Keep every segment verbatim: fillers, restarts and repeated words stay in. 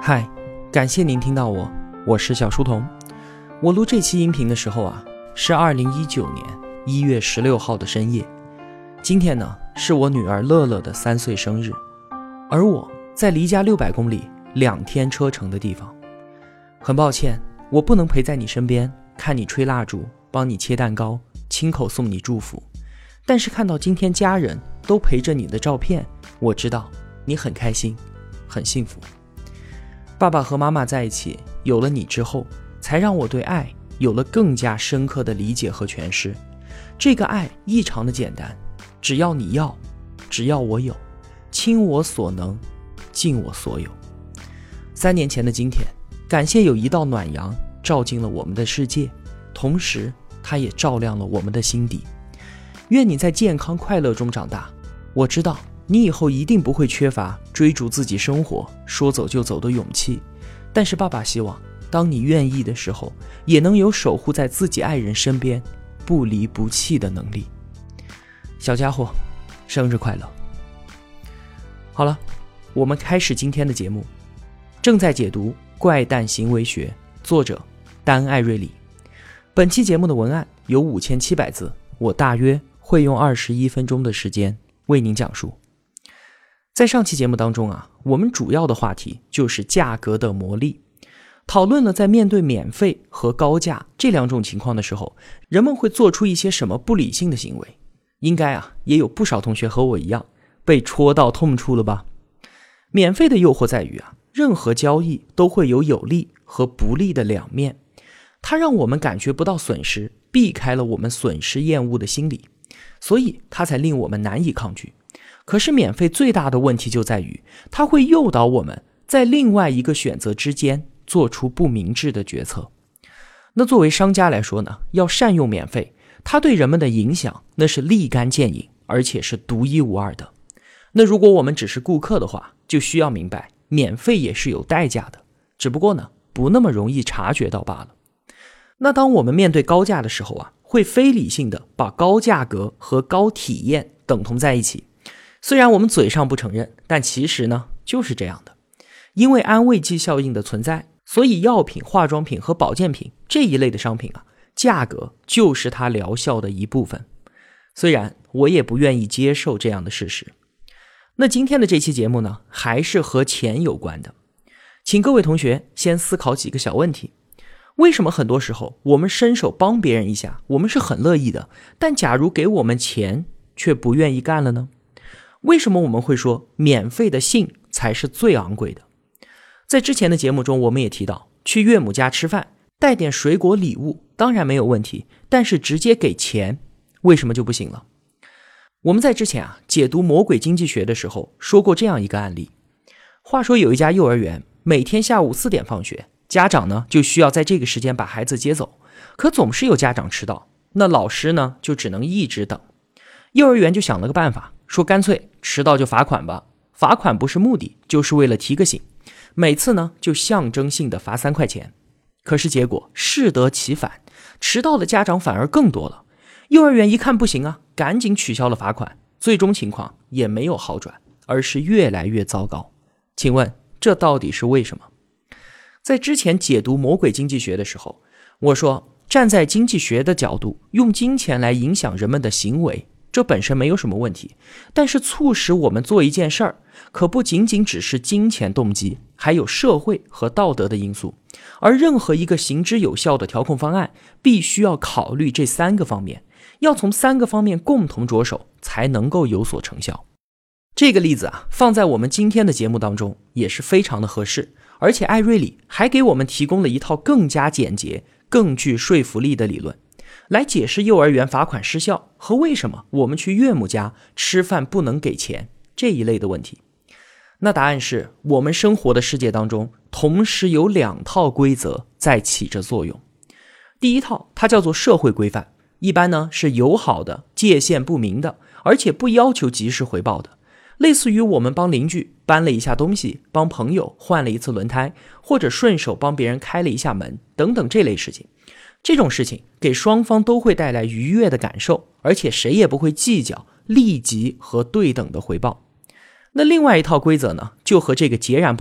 嗨，感谢您听到我，我是小书童。我录这期音频的时候啊，是二零一九年一月十六号的深夜。今天呢，是我女儿乐乐的三岁生日，而我在离家六百公里、两天车程的地方。很抱歉，我不能陪在你身边，看你吹蜡烛，帮你切蛋糕，亲口送你祝福。但是看到今天家人都陪着你的照片，我知道你很开心，很幸福。爸爸和妈妈在一起，有了你之后，才让我对爱有了更加深刻的理解和诠释。这个爱异常的简单，只要你要，只要我有，倾我所能，尽我所有。三年前的今天，感谢有一道暖阳照进了我们的世界，同时它也照亮了我们的心底。愿你在健康快乐中长大，我知道你以后一定不会缺乏追逐自己生活说走就走的勇气，但是爸爸希望当你愿意的时候，也能有守护在自己爱人身边不离不弃的能力。小家伙，生日快乐。好了，我们开始今天的节目。正在解读《怪诞行为学》，作者丹·艾瑞里。本期节目的文案有五千七百字，我大约会用二十一分钟的时间为您讲述。在上期节目当中啊，我们主要的话题就是价格的魔力，讨论了在面对免费和高价这两种情况的时候，人们会做出一些什么不理性的行为。应该啊，也有不少同学和我一样被戳到痛处了吧？免费的诱惑在于啊，任何交易都会有有利和不利的两面，它让我们感觉不到损失，避开了我们损失厌恶的心理，所以它才令我们难以抗拒。可是免费最大的问题就在于，它会诱导我们在另外一个选择之间做出不明智的决策。那作为商家来说呢，要善用免费，它对人们的影响那是立竿见影，而且是独一无二的。那如果我们只是顾客的话，就需要明白免费也是有代价的，只不过呢，不那么容易察觉到罢了。那当我们面对高价的时候啊，会非理性的把高价格和高体验等同在一起。虽然我们嘴上不承认，但其实呢就是这样的。因为安慰剂效应的存在，所以药品、化妆品和保健品这一类的商品啊，价格就是它疗效的一部分。虽然我也不愿意接受这样的事实。那今天的这期节目呢，还是和钱有关的。请各位同学先思考几个小问题。为什么很多时候我们伸手帮别人一下，我们是很乐意的，但假如给我们钱却不愿意干了呢？为什么我们会说免费的性才是最昂贵的？在之前的节目中我们也提到，去岳母家吃饭带点水果礼物当然没有问题，但是直接给钱为什么就不行了？我们在之前啊解读魔鬼经济学的时候说过这样一个案例。话说有一家幼儿园，每天下午四点放学，家长呢就需要在这个时间把孩子接走，可总是有家长迟到，那老师呢就只能一直等。幼儿园就想了个办法，说干脆迟到就罚款吧，罚款不是目的，就是为了提个醒，每次呢就象征性的罚三块钱。可是结果适得其反，迟到的家长反而更多了。幼儿园一看不行啊，赶紧取消了罚款，最终情况也没有好转，而是越来越糟糕。请问这到底是为什么？在之前解读魔鬼经济学的时候，我说站在经济学的角度，用金钱来影响人们的行为，这本身没有什么问题，但是促使我们做一件事儿，可不仅仅只是金钱动机，还有社会和道德的因素。而任何一个行之有效的调控方案，必须要考虑这三个方面，要从三个方面共同着手，才能够有所成效。这个例子啊，放在我们今天的节目当中也是非常的合适，而且艾瑞里还给我们提供了一套更加简洁、更具说服力的理论，来解释幼儿园罚款失效和为什么我们去岳母家吃饭不能给钱这一类的问题。那答案是，我们生活的世界当中同时有两套规则在起着作用。第一套它叫做社会规范，一般呢是友好的、界限不明的，而且不要求及时回报的，类似于我们帮邻居搬了一下东西，帮朋友换了一次轮胎，或者顺手帮别人开了一下门等等这类事情。这种事情给双方都会带来愉悦的感受，而且谁也不会计较立即和对等的回报。那另外一套规则呢，就和这个截然不同了。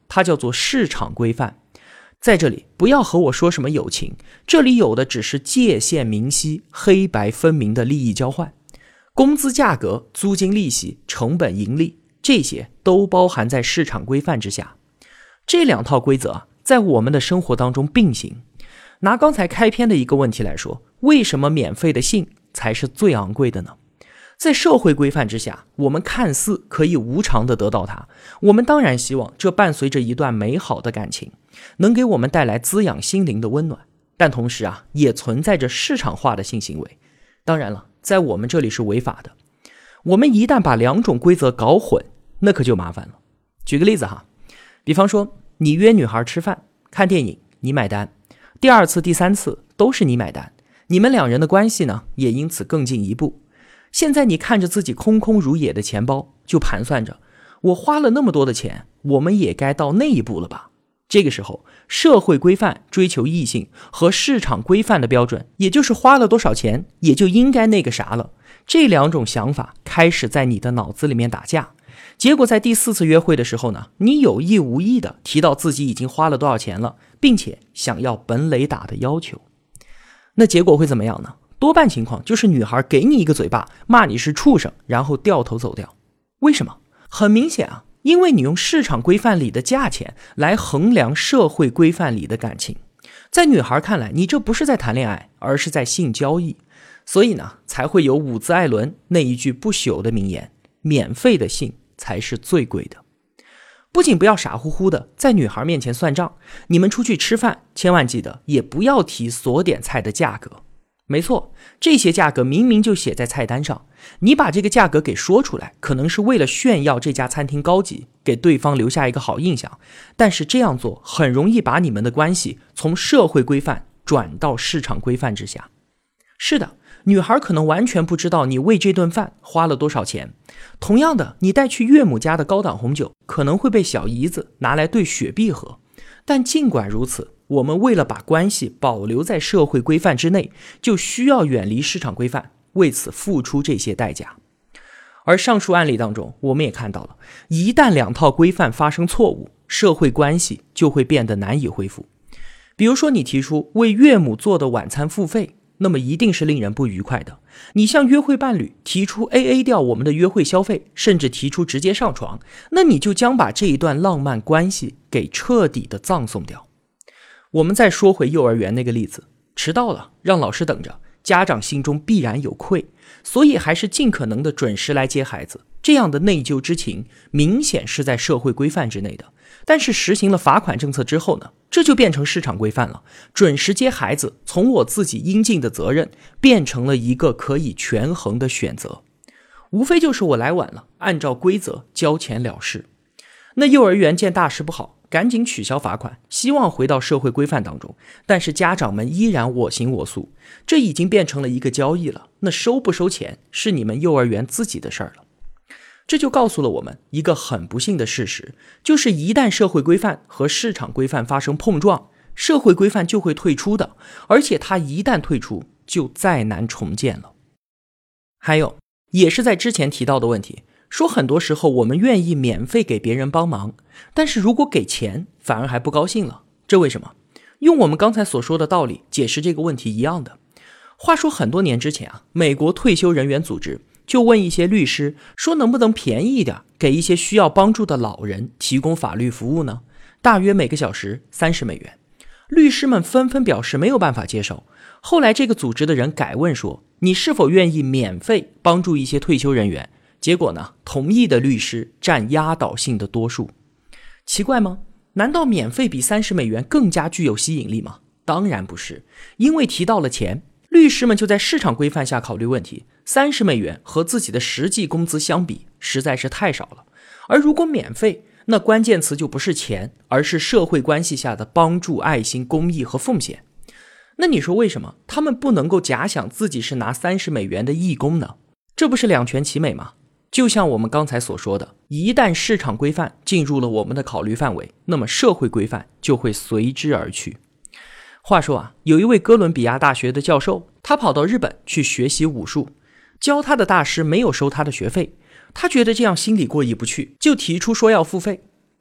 它叫做市场规范。在这里不要和我说什么友情，这里有的只是界限明晰、黑白分明的利益交换。工资价格、租金利息、成本盈利，这些都包含在市场规范之下。这两套规则啊，在我们的生活当中并行。拿刚才开篇的一个问题来说，为什么免费的性才是最昂贵的呢？在社会规范之下，我们看似可以无偿的得到它，我们当然希望这伴随着一段美好的感情，能给我们带来滋养心灵的温暖，但同时啊，也存在着市场化的性行为。当然了，在我们这里是违法的。我们一旦把两种规则搞混，那可就麻烦了。举个例子哈，比方说你约女孩吃饭、看电影，你买单，第二次、第三次都是你买单，你们两人的关系呢，也因此更进一步。现在你看着自己空空如也的钱包，就盘算着，我花了那么多的钱，我们也该到那一步了吧？这个时候，社会规范追求异性和市场规范的标准，也就是花了多少钱，也就应该那个啥了。这两种想法开始在你的脑子里面打架。结果在第四次约会的时候呢，你有意无意的提到自己已经花了多少钱了，并且想要本垒打的要求。那结果会怎么样呢？多半情况就是女孩给你一个嘴巴，骂你是畜生，然后掉头走掉。为什么？很明显啊，因为你用市场规范里的价钱来衡量社会规范里的感情。在女孩看来，你这不是在谈恋爱，而是在性交易。所以呢，才会有伍兹艾伦那一句不朽的名言，免费的性才是最贵的。不仅不要傻乎乎的在女孩面前算账，你们出去吃饭千万记得也不要提所点菜的价格。没错，这些价格明明就写在菜单上，你把这个价格给说出来，可能是为了炫耀这家餐厅高级，给对方留下一个好印象，但是这样做很容易把你们的关系从社会规范转到市场规范之下。是的，女孩可能完全不知道你为这顿饭花了多少钱。同样的，你带去岳母家的高档红酒可能会被小姨子拿来兑雪碧喝。但尽管如此，我们为了把关系保留在社会规范之内，就需要远离市场规范，为此付出这些代价。而上述案例当中，我们也看到了，一旦两套规范发生错误，社会关系就会变得难以恢复。比如说，你提出为岳母做的晚餐付费，那么一定是令人不愉快的。你向约会伴侣提出 A A 掉我们的约会消费，甚至提出直接上床，那你就将把这一段浪漫关系给彻底的葬送掉。我们再说回幼儿园那个例子，迟到了让老师等着，家长心中必然有愧，所以还是尽可能的准时来接孩子。这样的内疚之情明显是在社会规范之内的，但是实行了罚款政策之后呢，这就变成市场规范了。准时接孩子从我自己应尽的责任变成了一个可以权衡的选择，无非就是我来晚了，按照规则交钱了事。那幼儿园见大事不好，赶紧取消罚款，希望回到社会规范当中，但是家长们依然我行我素，这已经变成了一个交易了。那收不收钱是你们幼儿园自己的事儿了。这就告诉了我们一个很不幸的事实，就是一旦社会规范和市场规范发生碰撞，社会规范就会退出的，而且它一旦退出，就再难重建了。还有，也是在之前提到的问题，说很多时候我们愿意免费给别人帮忙，但是如果给钱，反而还不高兴了，这为什么？用我们刚才所说的道理解释这个问题一样的。话说很多年之前啊，美国退休人员组织就问一些律师说，能不能便宜一点，给一些需要帮助的老人提供法律服务呢？大约每个小时三十美元。律师们纷纷表示没有办法接受。后来这个组织的人改问说，你是否愿意免费帮助一些退休人员？结果呢，同意的律师占压倒性的多数。奇怪吗？难道免费比三十美元更加具有吸引力吗？当然不是，因为提到了钱，律师们就在市场规范下考虑问题，三十美元和自己的实际工资相比实在是太少了。而如果免费，那关键词就不是钱，而是社会关系下的帮助、爱心、公益和奉献。那你说为什么他们不能够假想自己是拿三十美元的义工呢？这不是两全其美吗？就像我们刚才所说的，一旦市场规范进入了我们的考虑范围，那么社会规范就会随之而去。话说啊，有一位哥伦比亚大学的教授，他跑到日本去学习武术，教他的大师没有收他的学费，他觉得这样心里过意不去，就提出说要付费。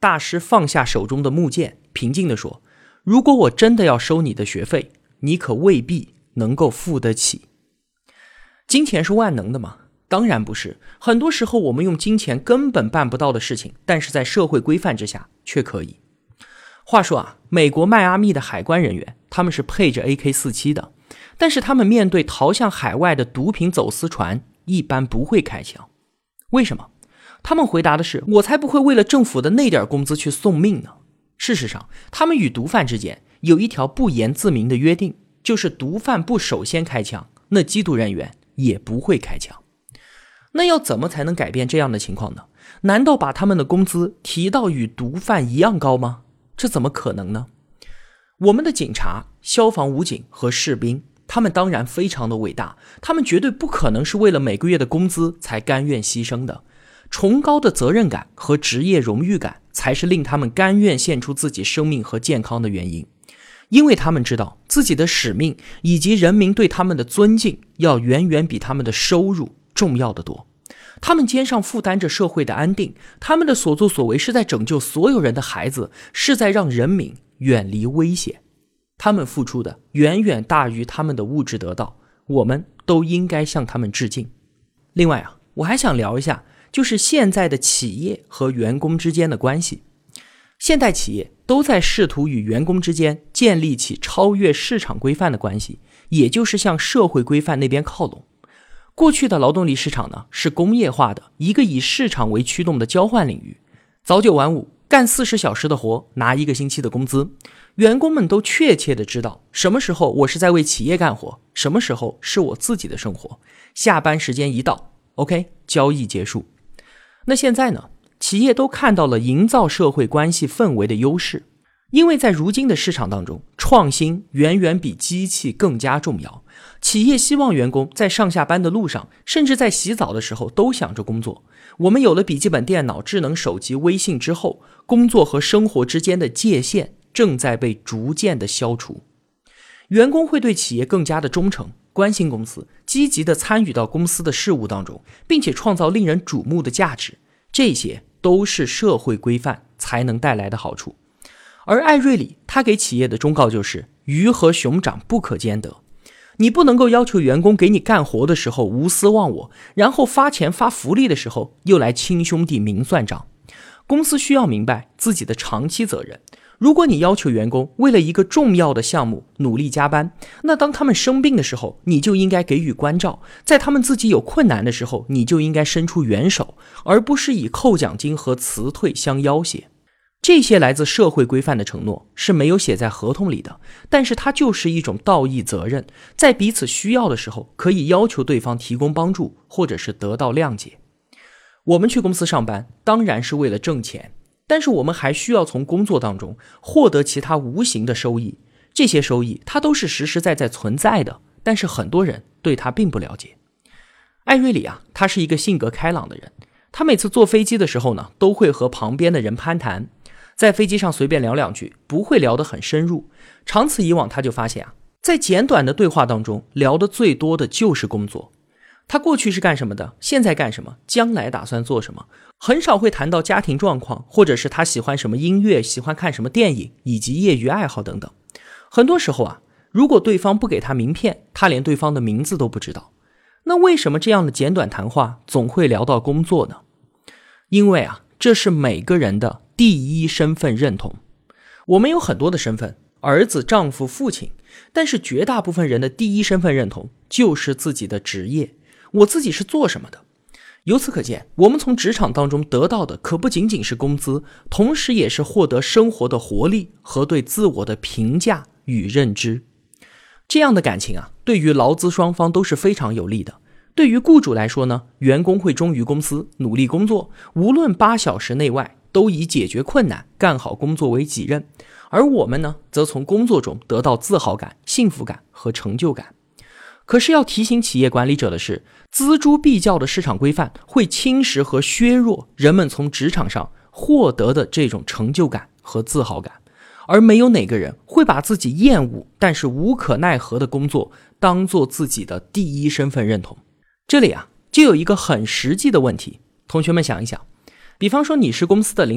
大师放下手中的木剑，平静地说，如果我真的要收你的学费，你可未必能够付得起。金钱是万能的吗？当然不是，很多时候我们用金钱根本办不到的事情，但是在社会规范之下却可以。话说啊，美国迈阿密的海关人员，他们是配着 A K 四十七 的，但是他们面对逃向海外的毒品走私船，一般不会开枪。为什么？他们回答的是，我才不会为了政府的那点工资去送命呢。事实上，他们与毒贩之间有一条不言自明的约定，就是毒贩不首先开枪，那缉毒人员也不会开枪。那要怎么才能改变这样的情况呢？难道把他们的工资提到与毒贩一样高吗？这怎么可能呢？我们的警察、消防武警和士兵，他们当然非常的伟大，他们绝对不可能是为了每个月的工资才甘愿牺牲的。崇高的责任感和职业荣誉感才是令他们甘愿献出自己生命和健康的原因，因为他们知道自己的使命以及人民对他们的尊敬要远远比他们的收入重要的多。他们肩上负担着社会的安定，他们的所作所为是在拯救所有人的孩子，是在让人民远离危险。他们付出的远远大于他们的物质得到，我们都应该向他们致敬。另外啊，我还想聊一下，就是现在的企业和员工之间的关系。现代企业都在试图与员工之间建立起超越市场规范的关系，也就是向社会规范那边靠拢。过去的劳动力市场呢，是工业化的一个以市场为驱动的交换领域，早九晚五，干四十小时的活，拿一个星期的工资。员工们都确切的知道什么时候我是在为企业干活，什么时候是我自己的生活。下班时间一到 OK， 交易结束。那现在呢，企业都看到了营造社会关系氛围的优势，因为在如今的市场当中，创新远远比机器更加重要。企业希望员工在上下班的路上，甚至在洗澡的时候都想着工作。我们有了笔记本电脑、智能手机、微信之后，工作和生活之间的界限正在被逐渐的消除。员工会对企业更加的忠诚，关心公司，积极的参与到公司的事务当中，并且创造令人瞩目的价值。这些都是社会规范才能带来的好处。而艾瑞里他给企业的忠告就是，鱼和熊掌不可兼得。你不能够要求员工给你干活的时候无私忘我，然后发钱发福利的时候又来亲兄弟明算账。公司需要明白自己的长期责任。如果你要求员工为了一个重要的项目努力加班，那当他们生病的时候，你就应该给予关照，在他们自己有困难的时候，你就应该伸出援手，而不是以扣奖金和辞退相要挟。这些来自社会规范的承诺是没有写在合同里的，但是它就是一种道义责任，在彼此需要的时候可以要求对方提供帮助，或者是得到谅解。我们去公司上班当然是为了挣钱，但是我们还需要从工作当中获得其他无形的收益，这些收益它都是实实在在存在的，但是很多人对它并不了解。艾瑞里啊，他是一个性格开朗的人，他每次坐飞机的时候呢，都会和旁边的人攀谈，在飞机上随便聊两句，不会聊得很深入。长此以往，他就发现啊，在简短的对话当中，聊得最多的就是工作。他过去是干什么的，现在干什么，将来打算做什么，很少会谈到家庭状况，或者是他喜欢什么音乐，喜欢看什么电影，以及业余爱好等等。很多时候啊，如果对方不给他名片，他连对方的名字都不知道。那为什么这样的简短谈话总会聊到工作呢？因为啊，这是每个人的第一身份认同。我们有很多的身份，儿子、丈夫、父亲，但是绝大部分人的第一身份认同就是自己的职业，我自己是做什么的。由此可见，我们从职场当中得到的可不仅仅是工资，同时也是获得生活的活力和对自我的评价与认知。这样的感情啊，对于劳资双方都是非常有利的。对于雇主来说呢，员工会忠于公司，努力工作，无论八小时内外，都以解决困难、干好工作为己任。而我们呢，则从工作中得到自豪感、幸福感和成就感。可是要提醒企业管理者的是，锱铢必较的市场规范会侵蚀和削弱人们从职场上获得的这种成就感和自豪感，而没有哪个人会把自己厌恶但是无可奈何的工作当做自己的第一身份认同。这里啊，就有一个很实际的问题，同学们想一想，比方说你是公司的领导，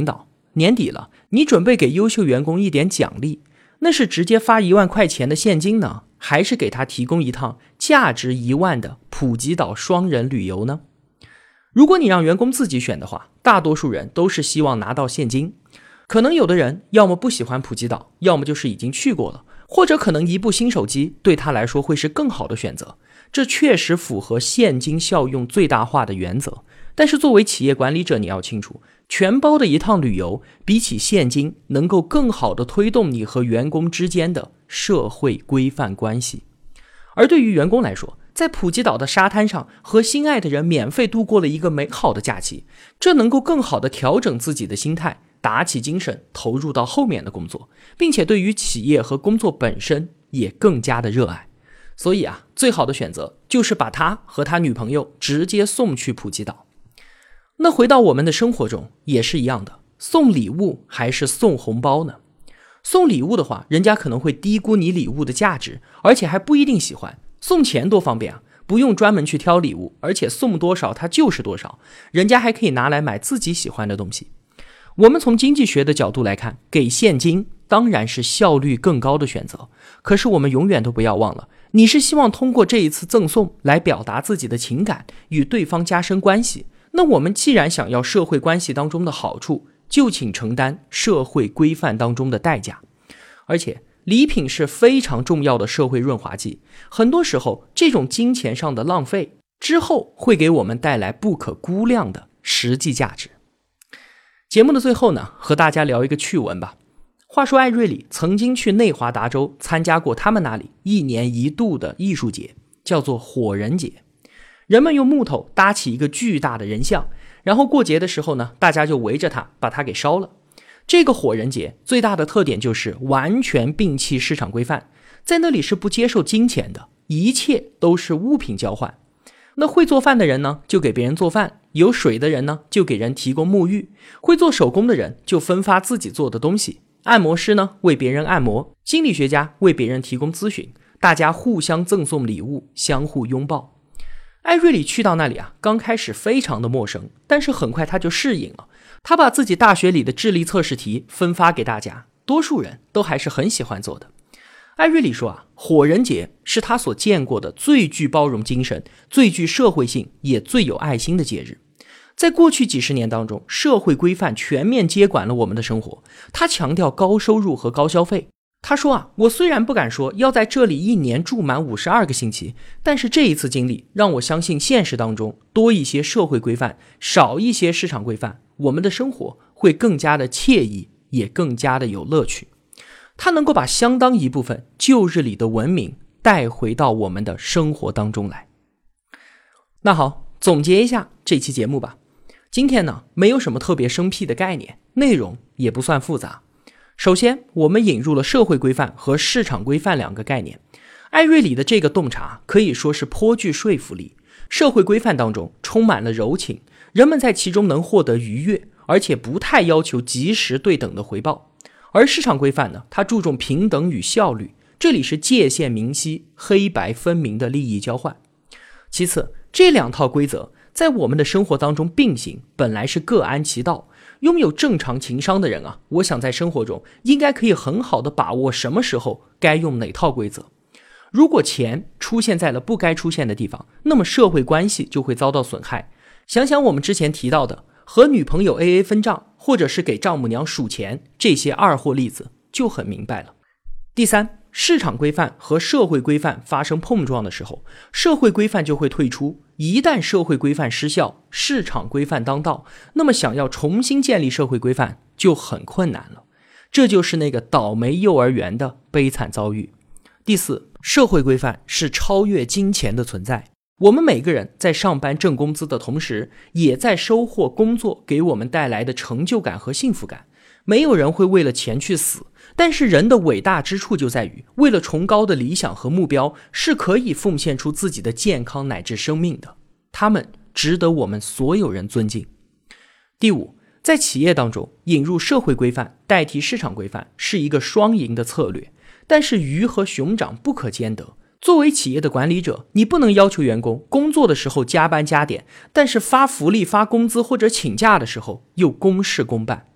年底了，你准备给优秀员工一点奖励，那是直接发一万块钱的现金呢，还是给他提供一趟价值一万的普吉岛双人旅游呢？如果你让员工自己选的话，大多数人都是希望拿到现金。可能有的人要么不喜欢普吉岛，要么就是已经去过了，或者可能一部新手机对他来说会是更好的选择。这确实符合现金效用最大化的原则。但是作为企业管理者，你要清楚，全包的一趟旅游比起现金能够更好的推动你和员工之间的社会规范关系。而对于员工来说，在普吉岛的沙滩上和心爱的人免费度过了一个美好的假期，这能够更好的调整自己的心态，打起精神投入到后面的工作，并且对于企业和工作本身也更加的热爱。所以啊，最好的选择就是把他和他女朋友直接送去普吉岛。那回到我们的生活中也是一样的，送礼物还是送红包呢？送礼物的话，人家可能会低估你礼物的价值，而且还不一定喜欢。送钱多方便啊，不用专门去挑礼物，而且送多少它就是多少，人家还可以拿来买自己喜欢的东西。我们从经济学的角度来看，给现金当然是效率更高的选择，可是我们永远都不要忘了，你是希望通过这一次赠送来表达自己的情感，与对方加深关系。那我们既然想要社会关系当中的好处，就请承担社会规范当中的代价。而且礼品是非常重要的社会润滑剂，很多时候这种金钱上的浪费之后会给我们带来不可估量的实际价值。节目的最后呢，和大家聊一个趣闻吧。话说艾瑞里曾经去内华达州参加过他们那里一年一度的艺术节，叫做火人节。人们用木头搭起一个巨大的人像，然后过节的时候呢，大家就围着它把它给烧了。这个火人节最大的特点就是完全摒弃市场规范，在那里是不接受金钱的，一切都是物品交换。那会做饭的人呢，就给别人做饭，有水的人呢，就给人提供沐浴，会做手工的人就分发自己做的东西，按摩师呢为别人按摩，心理学家为别人提供咨询，大家互相赠送礼物，相互拥抱。艾瑞里去到那里啊，刚开始非常的陌生，但是很快他就适应了。他把自己大学里的智力测试题分发给大家，多数人都还是很喜欢做的。艾瑞里说啊，火人节是他所见过的最具包容精神、最具社会性也最有爱心的节日。在过去几十年当中，社会规范全面接管了我们的生活。他强调高收入和高消费。他说啊，我虽然不敢说要在这里一年住满五十二个星期，但是这一次经历让我相信现实当中多一些社会规范，少一些市场规范，我们的生活会更加的惬意，也更加的有乐趣。他能够把相当一部分旧日里的文明带回到我们的生活当中来。那好，总结一下这期节目吧。今天呢，没有什么特别生僻的概念，内容也不算复杂。首先，我们引入了社会规范和市场规范两个概念。艾瑞里的这个洞察可以说是颇具说服力。社会规范当中充满了柔情，人们在其中能获得愉悦，而且不太要求及时对等的回报。而市场规范呢，它注重平等与效率，这里是界限明晰、黑白分明的利益交换。其次，这两套规则在我们的生活当中并行，本来是各安其道。拥有正常情商的人啊，我想在生活中应该可以很好的把握什么时候该用哪套规则。如果钱出现在了不该出现的地方，那么社会关系就会遭到损害。想想我们之前提到的和女朋友 A A 分账，或者是给丈母娘数钱，这些二货例子就很明白了。第三，市场规范和社会规范发生碰撞的时候，社会规范就会退出。一旦社会规范失效，市场规范当道，那么想要重新建立社会规范就很困难了。这就是那个倒霉幼儿园的悲惨遭遇。第四，社会规范是超越金钱的存在。我们每个人在上班挣工资的同时，也在收获工作给我们带来的成就感和幸福感。没有人会为了钱去死，但是人的伟大之处就在于，为了崇高的理想和目标，是可以奉献出自己的健康乃至生命的。他们值得我们所有人尊敬。第五，在企业当中引入社会规范代替市场规范是一个双赢的策略，但是鱼和熊掌不可兼得。作为企业的管理者，你不能要求员工工作的时候加班加点，但是发福利、发工资或者请假的时候又公事公办。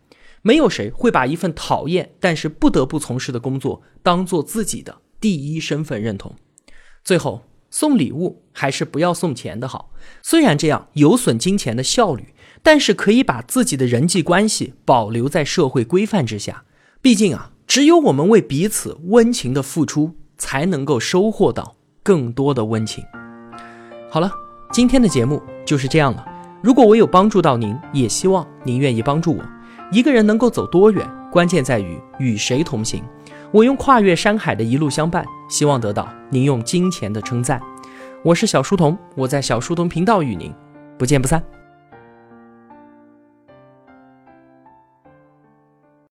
没有谁会把一份讨厌但是不得不从事的工作当做自己的第一身份认同。最后，送礼物还是不要送钱的好，虽然这样有损金钱的效率，但是可以把自己的人际关系保留在社会规范之下。毕竟啊，只有我们为彼此温情的付出，才能够收获到更多的温情。好了，今天的节目就是这样了。如果我有帮助到您，也希望您愿意帮助我。一个人能够走多远，关键在于与谁同行。我用跨越山海的一路相伴，希望得到您用金钱的称赞。我是小书童，我在小书童频道与您不见不散。